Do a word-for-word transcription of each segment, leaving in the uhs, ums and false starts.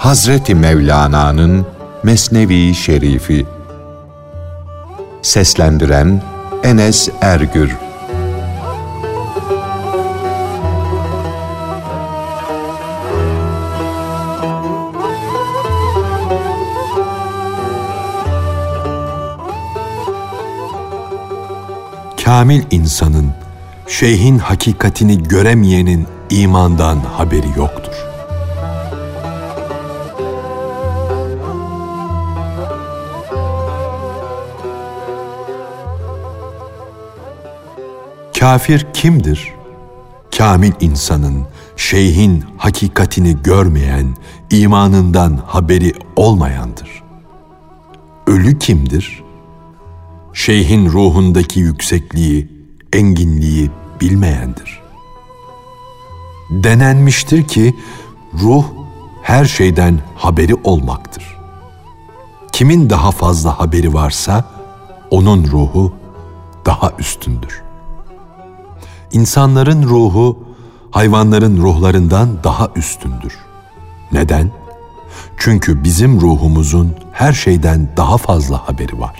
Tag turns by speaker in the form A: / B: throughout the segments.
A: Hazreti Mevlana'nın Mesnevi Şerifi. Seslendiren Enes Ergür.
B: Kamil insanın, şeyhin hakikatini göremeyenin imandan haberi yoktur. Kafir kimdir? Kamil insanın, şeyhin hakikatini görmeyen, imanından haberi olmayandır. Ölü kimdir? Şeyhin ruhundaki yüksekliği, enginliği bilmeyendir. Denenmiştir ki, ruh her şeyden haberi olmaktır. Kimin daha fazla haberi varsa, onun ruhu daha üstündür. İnsanların ruhu, hayvanların ruhlarından daha üstündür. Neden? Çünkü bizim ruhumuzun her şeyden daha fazla haberi var.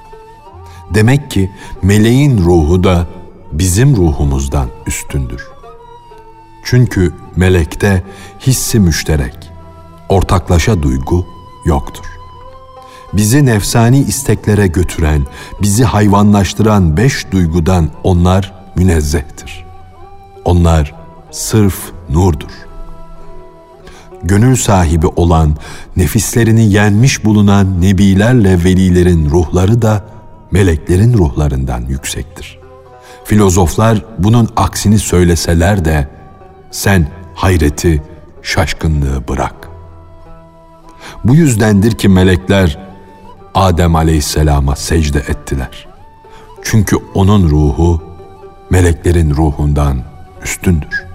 B: Demek ki meleğin ruhu da bizim ruhumuzdan üstündür. Çünkü melekte hissi müşterek, ortaklaşa duygu yoktur. Bizi nefsani isteklere götüren, bizi hayvanlaştıran beş duygudan onlar münezzehtir. Onlar sırf nurdur. Gönül sahibi olan, nefislerini yenmiş bulunan nebilerle velilerin ruhları da meleklerin ruhlarından yüksektir. Filozoflar bunun aksini söyleseler de sen hayreti, şaşkınlığı bırak. Bu yüzdendir ki melekler Adem Aleyhisselam'a secde ettiler. Çünkü onun ruhu meleklerin ruhundan üstündür.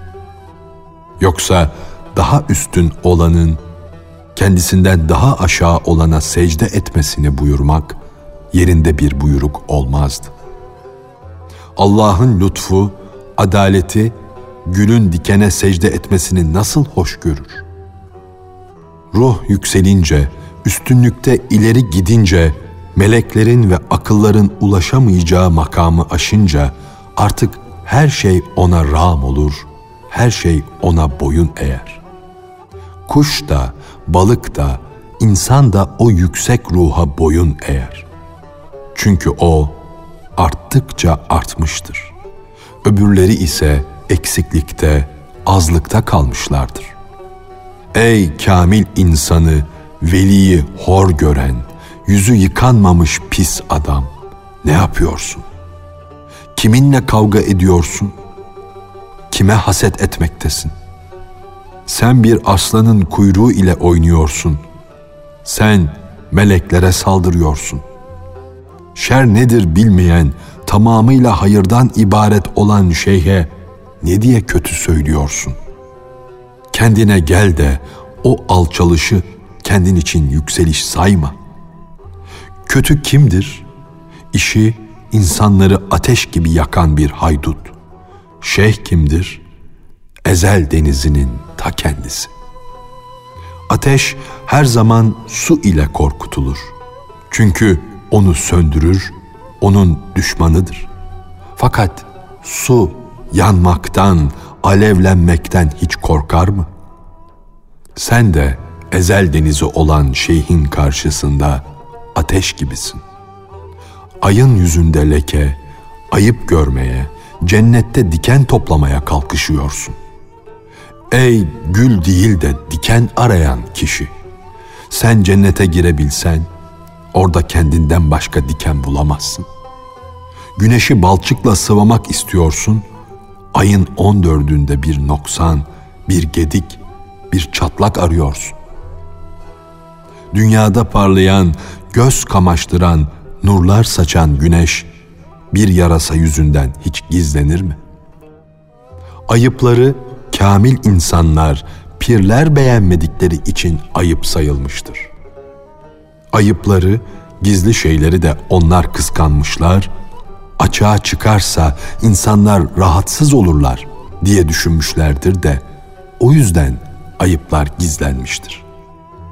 B: Yoksa daha üstün olanın kendisinden daha aşağı olana secde etmesini buyurmak yerinde bir buyruk olmazdı. Allah'ın lütfu, adaleti, gülün dikene secde etmesini nasıl hoş görür? Ruh yükselince, üstünlükte ileri gidince, meleklerin ve akılların ulaşamayacağı makamı aşınca artık her şey ona rağm olur, her şey ona boyun eğer. Kuş da, balık da, insan da o yüksek ruha boyun eğer. Çünkü o arttıkça artmıştır. Öbürleri ise eksiklikte, azlıkta kalmışlardır. Ey kamil insanı, veliyi hor gören, yüzü yıkanmamış pis adam, ne yapıyorsun? Kiminle kavga ediyorsun? Kime haset etmektesin? Sen bir aslanın kuyruğu ile oynuyorsun. Sen meleklere saldırıyorsun. Şer nedir bilmeyen, tamamıyla hayırdan ibaret olan şeyhe ne diye kötü söylüyorsun? Kendine gel de o alçalışı kendin için yükseliş sayma. Kötü kimdir? İşi insanları ateş gibi yakan bir haydut. Şeyh kimdir? Ezel denizinin ta kendisi. Ateş her zaman su ile korkutulur. Çünkü onu söndürür, onun düşmanıdır. Fakat su yanmaktan, alevlenmekten hiç korkar mı? Sen de ezel denizi olan şeyhin karşısında ateş gibisin. Ayın yüzünde leke, ayıp görmeye, cennette diken toplamaya kalkışıyorsun. Ey gül değil de diken arayan kişi! Sen cennete girebilsen, orada kendinden başka diken bulamazsın. Güneşi balçıkla sıvamak istiyorsun, ayın on dördünde bir noksan, bir gedik, bir çatlak arıyorsun. Dünyada parlayan, göz kamaştıran, nurlar saçan güneş, bir yarasa yüzünden hiç gizlenir mi? Ayıpları kamil insanlar, pirler beğenmedikleri için ayıp sayılmıştır. Ayıpları, gizli şeyleri de onlar kıskanmışlar, açığa çıkarsa insanlar rahatsız olurlar diye düşünmüşlerdir de o yüzden ayıplar gizlenmiştir.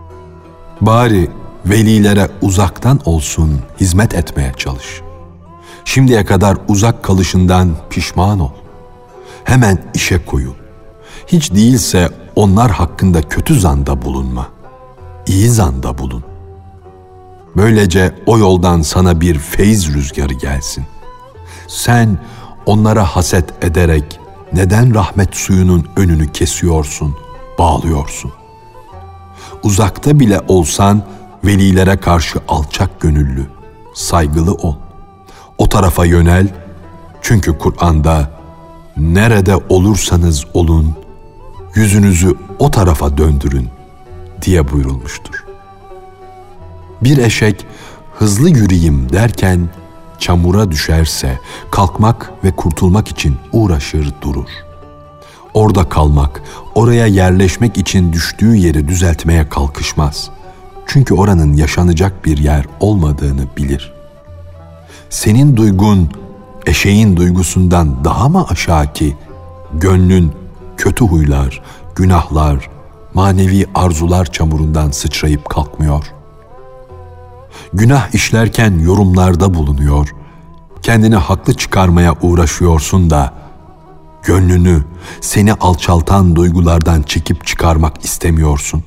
B: Bari velilere uzaktan olsun hizmet etmeye çalış. Şimdiye kadar uzak kalışından pişman ol. Hemen işe koyul. Hiç değilse onlar hakkında kötü zanda bulunma. İyi zanda bulun. Böylece o yoldan sana bir feyiz rüzgarı gelsin. Sen onlara haset ederek neden rahmet suyunun önünü kesiyorsun, bağlıyorsun? Uzakta bile olsan velilere karşı alçak gönüllü, saygılı ol. O tarafa yönel, çünkü Kur'an'da nerede olursanız olun, yüzünüzü o tarafa döndürün diye buyurulmuştur. Bir eşek hızlı yürüyeyim derken çamura düşerse kalkmak ve kurtulmak için uğraşır durur. Orada kalmak, oraya yerleşmek için düştüğü yeri düzeltmeye kalkışmaz. Çünkü oranın yaşanacak bir yer olmadığını bilir. Senin duygun eşeğin duygusundan daha mı aşağı ki gönlün kötü huylar, günahlar, manevi arzular çamurundan sıçrayıp kalkmıyor? Günah işlerken yorumlarda bulunuyor, kendini haklı çıkarmaya uğraşıyorsun da gönlünü seni alçaltan duygulardan çekip çıkarmak istemiyorsun.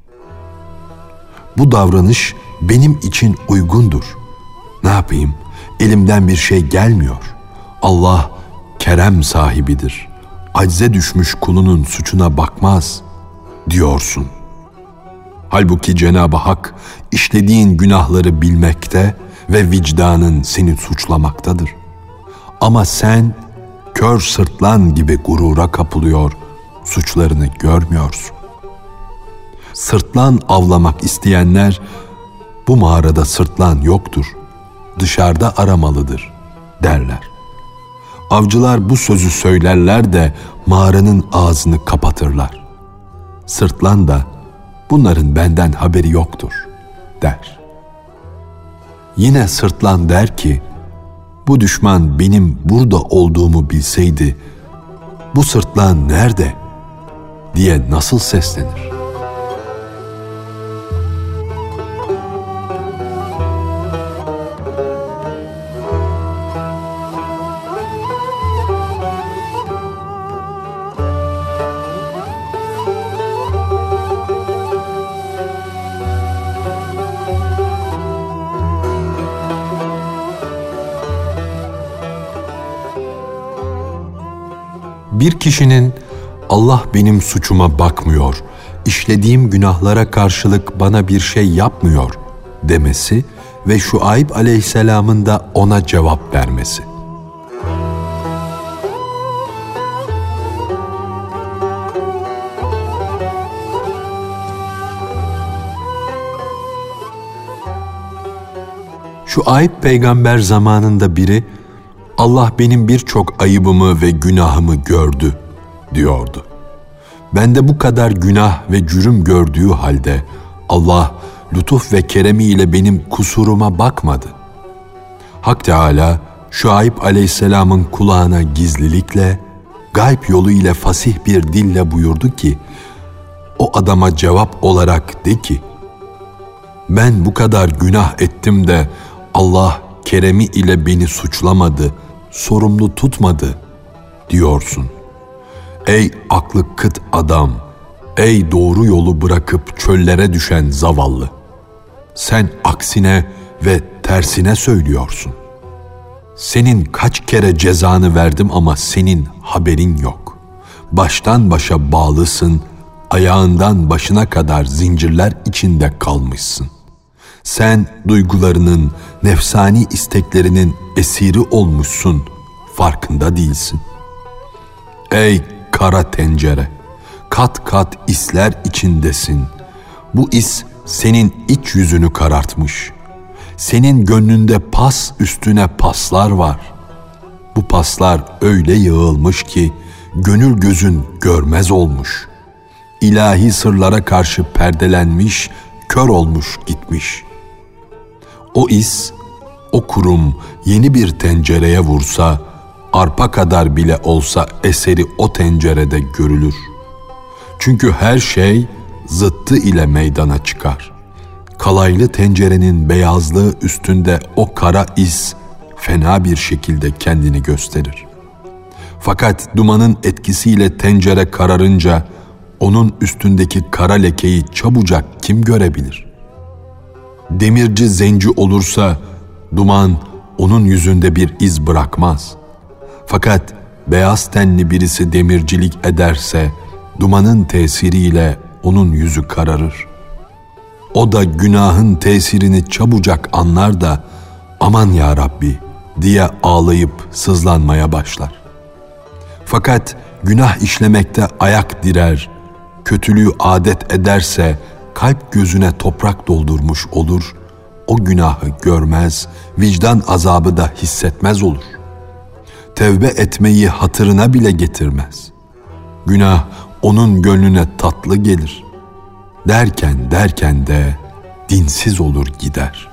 B: Bu davranış benim için uygundur. Ne yapayım? Elimden bir şey gelmiyor. Allah kerem sahibidir. Acize düşmüş kulunun suçuna bakmaz diyorsun. Halbuki Cenab-ı Hak işlediğin günahları bilmekte ve vicdanın seni suçlamaktadır. Ama sen kör sırtlan gibi gurura kapılıyor, suçlarını görmüyorsun. Sırtlan avlamak isteyenler, bu mağarada sırtlan yoktur, dışarıda aramalıdır derler. Avcılar bu sözü söylerler de mağaranın ağzını kapatırlar. Sırtlan da bunların benden haberi yoktur der. Yine sırtlan der ki, bu düşman benim burada olduğumu bilseydi, bu sırtlan nerede diye nasıl seslenir? Bir kişinin Allah benim suçuma bakmıyor, işlediğim günahlara karşılık bana bir şey yapmıyor demesi ve Şuayb aleyhisselamın da ona cevap vermesi. Şuayb peygamber zamanında biri, Allah benim birçok ayıbımı ve günahımı gördü diyordu. Ben de bu kadar günah ve cürüm gördüğü halde Allah lütuf ve keremiyle benim kusuruma bakmadı. Hak Teâlâ Şuayb aleyhisselamın kulağına gizlilikle, gayb yolu ile fasih bir dille buyurdu ki, o adama cevap olarak de ki, ben bu kadar günah ettim de Allah keremi ile beni suçlamadı, sorumlu tutmadı diyorsun. Ey aklı kıt adam, ey doğru yolu bırakıp çöllere düşen zavallı. Sen aksine ve tersine söylüyorsun. Senin kaç kere cezanı verdim ama senin haberin yok. Baştan başa bağlısın, ayağından başına kadar zincirler içinde kalmışsın. Sen duygularının, nefsani isteklerinin esiri olmuşsun, farkında değilsin. Ey kara tencere, kat kat isler içindesin. Bu is senin iç yüzünü karartmış. Senin gönlünde pas üstüne paslar var. Bu paslar öyle yığılmış ki gönül gözün görmez olmuş. İlahi sırlara karşı perdelenmiş, kör olmuş gitmiş. O is, o kurum yeni bir tencereye vursa, arpa kadar bile olsa eseri o tencerede görülür. Çünkü her şey zıttı ile meydana çıkar. Kalaylı tencerenin beyazlığı üstünde o kara iz fena bir şekilde kendini gösterir. Fakat dumanın etkisiyle tencere kararınca onun üstündeki kara lekeyi çabucak kim görebilir? Demirci zenci olursa duman onun yüzünde bir iz bırakmaz. Fakat beyaz tenli birisi demircilik ederse dumanın tesiriyle onun yüzü kararır. O da günahın tesirini çabucak anlar da aman ya Rabbi diye ağlayıp sızlanmaya başlar. Fakat günah işlemekte ayak direr, kötülüğü adet ederse kalp gözüne toprak doldurmuş olur, o günahı görmez, vicdan azabı da hissetmez olur. Tevbe etmeyi hatırına bile getirmez. Günah onun gönlüne tatlı gelir. Derken derken de dinsiz olur gider.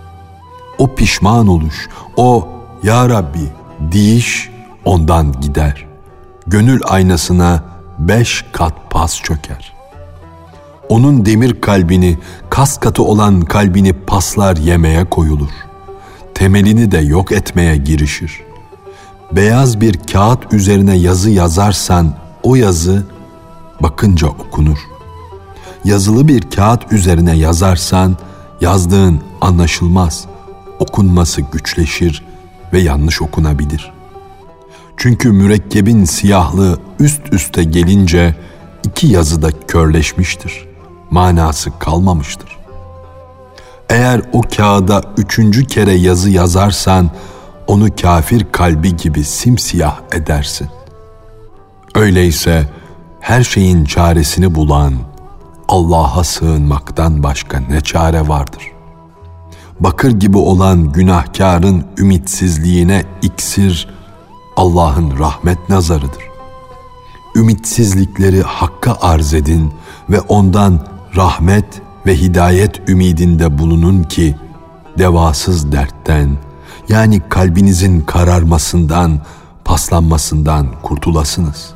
B: O pişman oluş, o ya Rabbi diyiş ondan gider. Gönül aynasına beş kat pas çöker. Onun demir kalbini, kas katı olan kalbini paslar yemeye koyulur. Temelini de yok etmeye girişir. Beyaz bir kağıt üzerine yazı yazarsan o yazı bakınca okunur. Yazılı bir kağıt üzerine yazarsan yazdığın anlaşılmaz, okunması güçleşir ve yanlış okunabilir. Çünkü mürekkebin siyahlığı üst üste gelince iki yazı da körleşmiştir, manası kalmamıştır. Eğer o kağıda üçüncü kere yazı yazarsan onu kafir kalbi gibi simsiyah edersin. Öyleyse her şeyin çaresini bulan Allah'a sığınmaktan başka ne çare vardır? Bakır gibi olan günahkarın ümitsizliğine iksir Allah'ın rahmet nazarıdır. Ümitsizlikleri Hakk'a arz edin ve ondan rahmet ve hidayet ümidinde bulunun ki devasız dertten, yani kalbinizin kararmasından, paslanmasından kurtulasınız.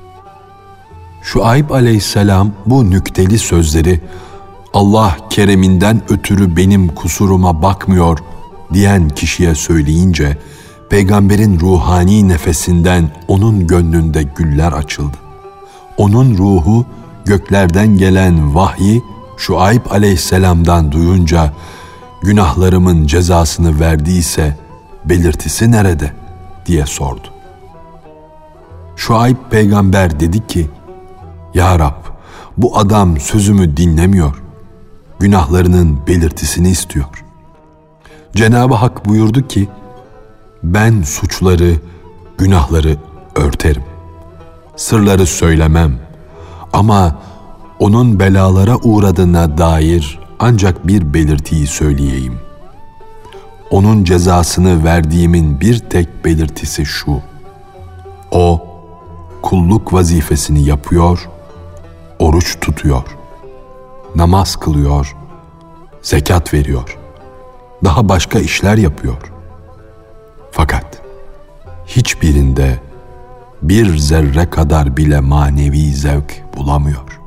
B: Şuayb aleyhisselam bu nükteli sözleri Allah kereminden ötürü benim kusuruma bakmıyor diyen kişiye söyleyince peygamberin ruhani nefesinden onun gönlünde güller açıldı. Onun ruhu göklerden gelen vahyi Şuayb aleyhisselamdan duyunca günahlarımın cezasını verdiyse belirtisi nerede diye sordu. Şuayb peygamber dedi ki, Ya Rab, bu adam sözümü dinlemiyor, günahlarının belirtisini istiyor. Cenab-ı Hak buyurdu ki, ben suçları, günahları örterim. Sırları söylemem ama onun belalara uğradığına dair ancak bir belirtiyi söyleyeyim. Onun cezasını verdiğimin bir tek belirtisi şu: o kulluk vazifesini yapıyor, oruç tutuyor, namaz kılıyor, zekat veriyor, daha başka işler yapıyor. Fakat hiçbirinde bir zerre kadar bile manevi zevk bulamıyor.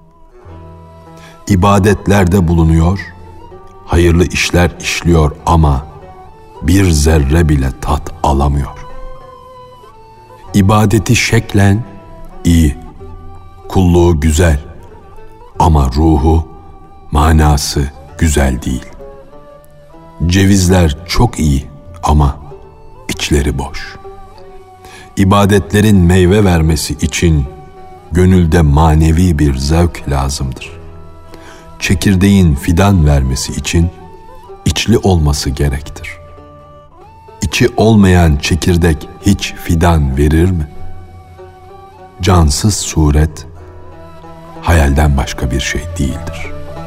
B: İbadetlerde bulunuyor, hayırlı işler işliyor ama bir zerre bile tat alamıyor. İbadeti şeklen iyi, kulluğu güzel ama ruhu, manası güzel değil. Cevizler çok iyi ama içleri boş. İbadetlerin meyve vermesi için gönülde manevi bir zevk lazımdır. Çekirdeğin fidan vermesi için içli olması gerektir. İçi olmayan çekirdek hiç fidan verir mi? Cansız suret hayalden başka bir şey değildir.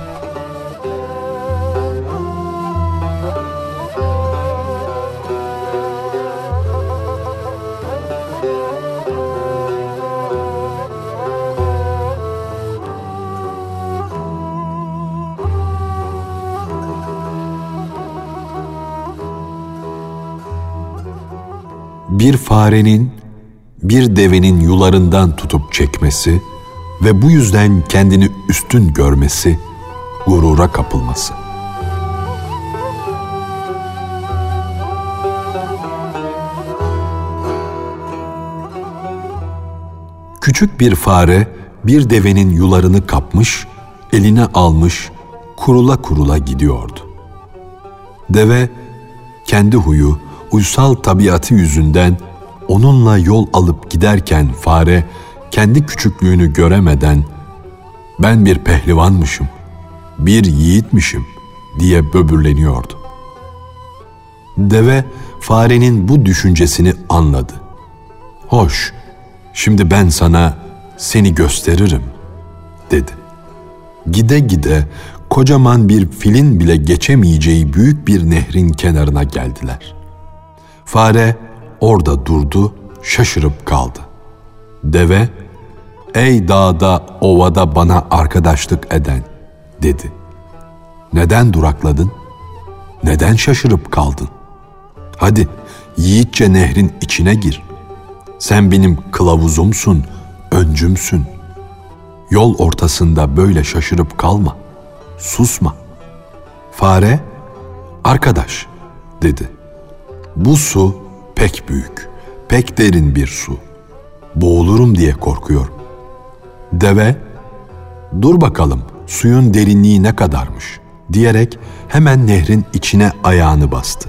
B: Bir farenin bir devenin yularından tutup çekmesi ve bu yüzden kendini üstün görmesi gurura kapılması. Küçük bir fare bir devenin yularını kapmış, eline almış, kurula kurula gidiyordu. Deve, kendi huyu, uysal tabiatı yüzünden onunla yol alıp giderken fare, kendi küçüklüğünü göremeden, ben bir pehlivanmışım, bir yiğitmişim diye böbürleniyordu. Deve, farenin bu düşüncesini anladı. Hoş, şimdi ben sana seni gösteririm, dedi. Gide gide kocaman bir filin bile geçemeyeceği büyük bir nehrin kenarına geldiler. Fare orada durdu, şaşırıp kaldı. Deve, ey dağda, ovada bana arkadaşlık eden, dedi. Neden durakladın? Neden şaşırıp kaldın? Hadi yiğitçe nehrin içine gir. Sen benim kılavuzumsun, öncümsün. Yol ortasında böyle şaşırıp kalma, susma. Fare, arkadaş, dedi. Bu su pek büyük, pek derin bir su. Boğulurum diye korkuyorum. Deve, dur bakalım suyun derinliği ne kadarmış, diyerek hemen nehrin içine ayağını bastı.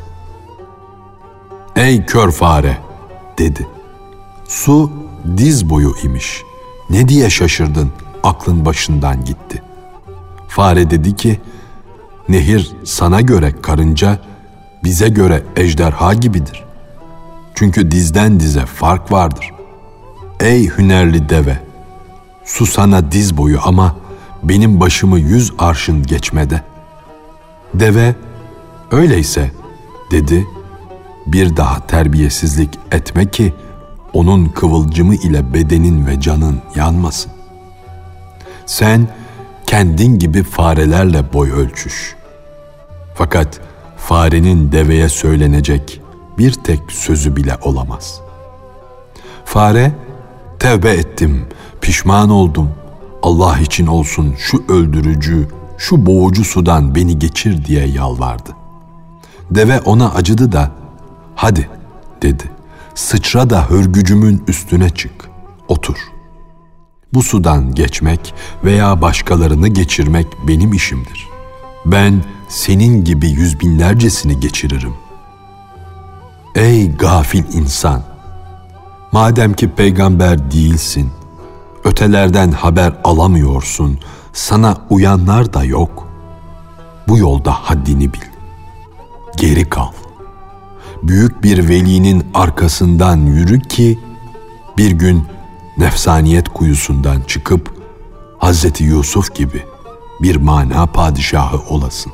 B: Ey kör fare, dedi. Su diz boyu imiş. Ne diye şaşırdın, aklın başından gitti. Fare dedi ki, nehir sana göre karınca, bize göre ejderha gibidir. Çünkü dizden dize fark vardır. Ey hünerli deve, su sana diz boyu ama benim başımı yüz arşın geçmede. Deve, öyleyse, dedi, bir daha terbiyesizlik etme ki onun kıvılcımı ile bedenin ve canın yanmasın. Sen kendin gibi farelerle boy ölçüş. Fakat farenin deveye söylenecek bir tek sözü bile olamaz. Fare, tevbe ettim, pişman oldum. Allah için olsun şu öldürücü, şu boğucu sudan beni geçir diye yalvardı. Deve ona acıdı da, hadi, dedi, sıçra da hörgücümün üstüne çık, otur. Bu sudan geçmek veya başkalarını geçirmek benim işimdir. Ben senin gibi yüz binlercesini geçiririm. Ey gafil insan! Madem ki peygamber değilsin, ötelerden haber alamıyorsun, sana uyanlar da yok. Bu yolda haddini bil. Geri kal. Büyük bir velinin arkasından yürü ki bir gün nefsaniyet kuyusundan çıkıp Hazreti Yusuf gibi bir mana padişahı olasın.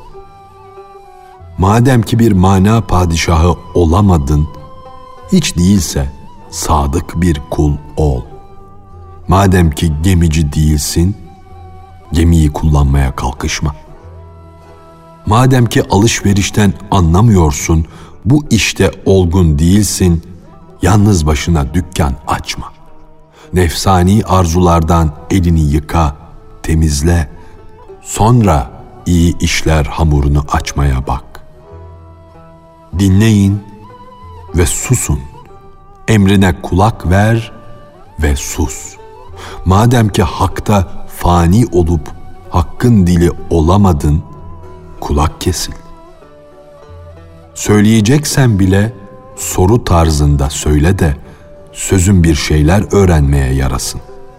B: Madem ki bir mana padişahı olamadın, hiç değilse sadık bir kul ol. Madem ki gemici değilsin, gemiyi kullanmaya kalkışma. Madem ki alışverişten anlamıyorsun, bu işte olgun değilsin, yalnız başına dükkan açma. Nefsani arzulardan elini yıka, temizle, sonra iyi işler hamurunu açmaya bak. Dinleyin ve susun, emrine kulak ver ve sus. Madem ki hakta fani olup hakkın dili olamadın, kulak kesil. Söyleyeceksen bile soru tarzında söyle de sözün bir şeyler öğrenmeye yarasın.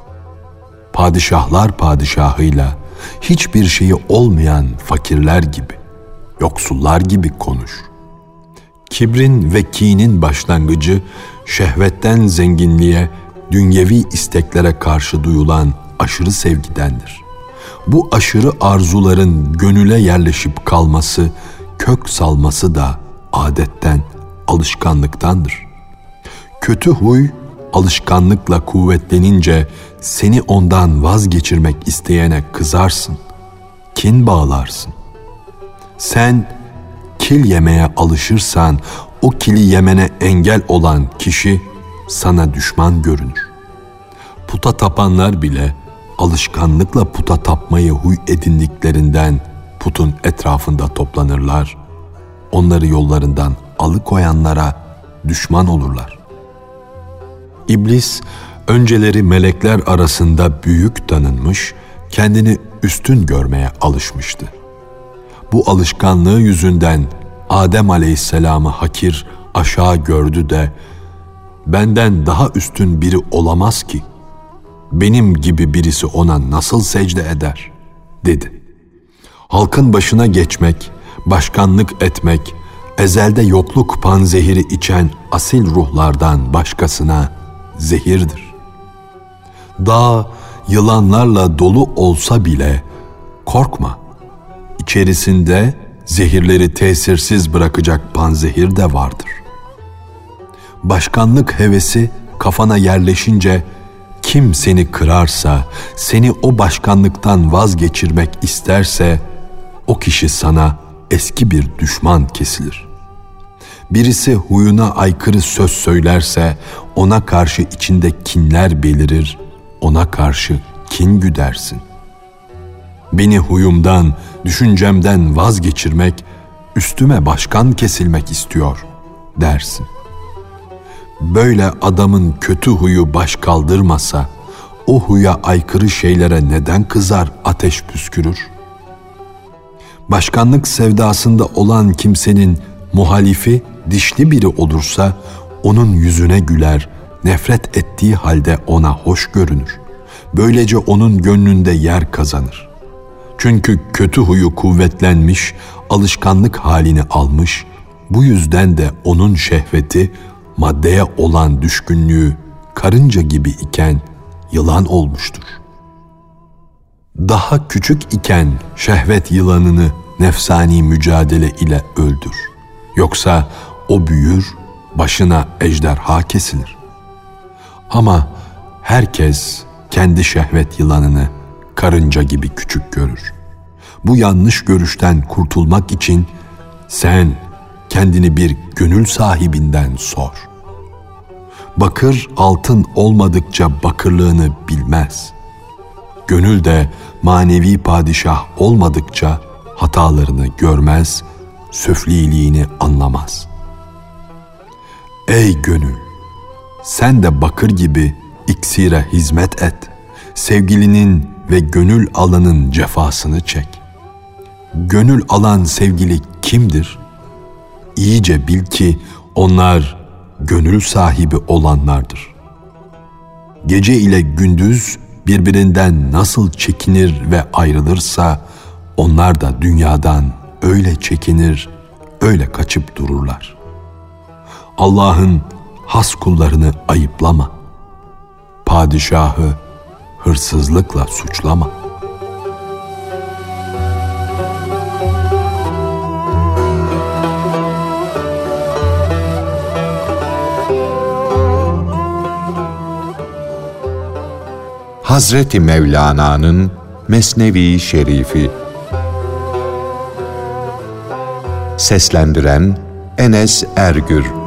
B: Padişahlar padişahıyla hiçbir şeyi olmayan fakirler gibi, yoksullar gibi konuş. Kibrin ve kinin başlangıcı şehvetten zenginliğe, dünyevi isteklere karşı duyulan aşırı sevgidendir. Bu aşırı arzuların gönüle yerleşip kalması, kök salması da adetten, alışkanlıktandır. Kötü huy alışkanlıkla kuvvetlenince seni ondan vazgeçirmek isteyene kızarsın, kin bağlarsın. Sen kil yemeye alışırsan o kili yemene engel olan kişi sana düşman görünür. Puta tapanlar bile alışkanlıkla puta tapmayı huy edindiklerinden putun etrafında toplanırlar, onları yollarından alıkoyanlara düşman olurlar. İblis, önceleri melekler arasında büyük tanınmış, kendini üstün görmeye alışmıştı. Bu alışkanlığı yüzünden Adem Aleyhisselam'ı hakir, aşağı gördü de, benden daha üstün biri olamaz ki, benim gibi birisi ona nasıl secde eder, dedi. Halkın başına geçmek, başkanlık etmek, ezelde yokluk panzehiri içen asil ruhlardan başkasına zehirdir. Dağ yılanlarla dolu olsa bile korkma, içerisinde zehirleri tesirsiz bırakacak panzehir de vardır. Başkanlık hevesi kafana yerleşince kim seni kırarsa, seni o başkanlıktan vazgeçirmek isterse o kişi sana eski bir düşman kesilir. Birisi huyuna aykırı söz söylerse ona karşı içinde kinler belirir, ona karşı kin güdersin. Beni huyumdan, düşüncemden vazgeçirmek, üstüme başkan kesilmek istiyor dersin. Böyle adamın kötü huyu baş kaldırmasa, o huya aykırı şeylere neden kızar, ateş püskürür? Başkanlık sevdasında olan kimsenin muhalifi dişli biri olursa, onun yüzüne güler, nefret ettiği halde ona hoş görünür. Böylece onun gönlünde yer kazanır. Çünkü kötü huyu kuvvetlenmiş, alışkanlık halini almış, bu yüzden de onun şehveti, maddeye olan düşkünlüğü karınca gibi iken yılan olmuştur. Daha küçük iken şehvet yılanını nefsani mücadele ile öldür. Yoksa o büyür, başına ejderha kesilir. Ama herkes kendi şehvet yılanını karınca gibi küçük görür. Bu yanlış görüşten kurtulmak için sen kendini bir gönül sahibinden sor. Bakır altın olmadıkça bakırlığını bilmez. Gönül de manevi padişah olmadıkça hatalarını görmez, söfliliğini anlamaz. Ey gönül! Sen de bakır gibi iksire hizmet et. Sevgilinin ve gönül alanın cefasını çek. Gönül alan sevgili kimdir? İyice bil ki onlar gönül sahibi olanlardır. Gece ile gündüz birbirinden nasıl çekinir ve ayrılırsa, onlar da dünyadan öyle çekinir, öyle kaçıp dururlar. Allah'ın has kullarını ayıplama. Padişahı hırsızlıkla suçlama.
A: Hazreti Mevlana'nın Mesnevi Şerifi. Seslendiren Enes Ergür.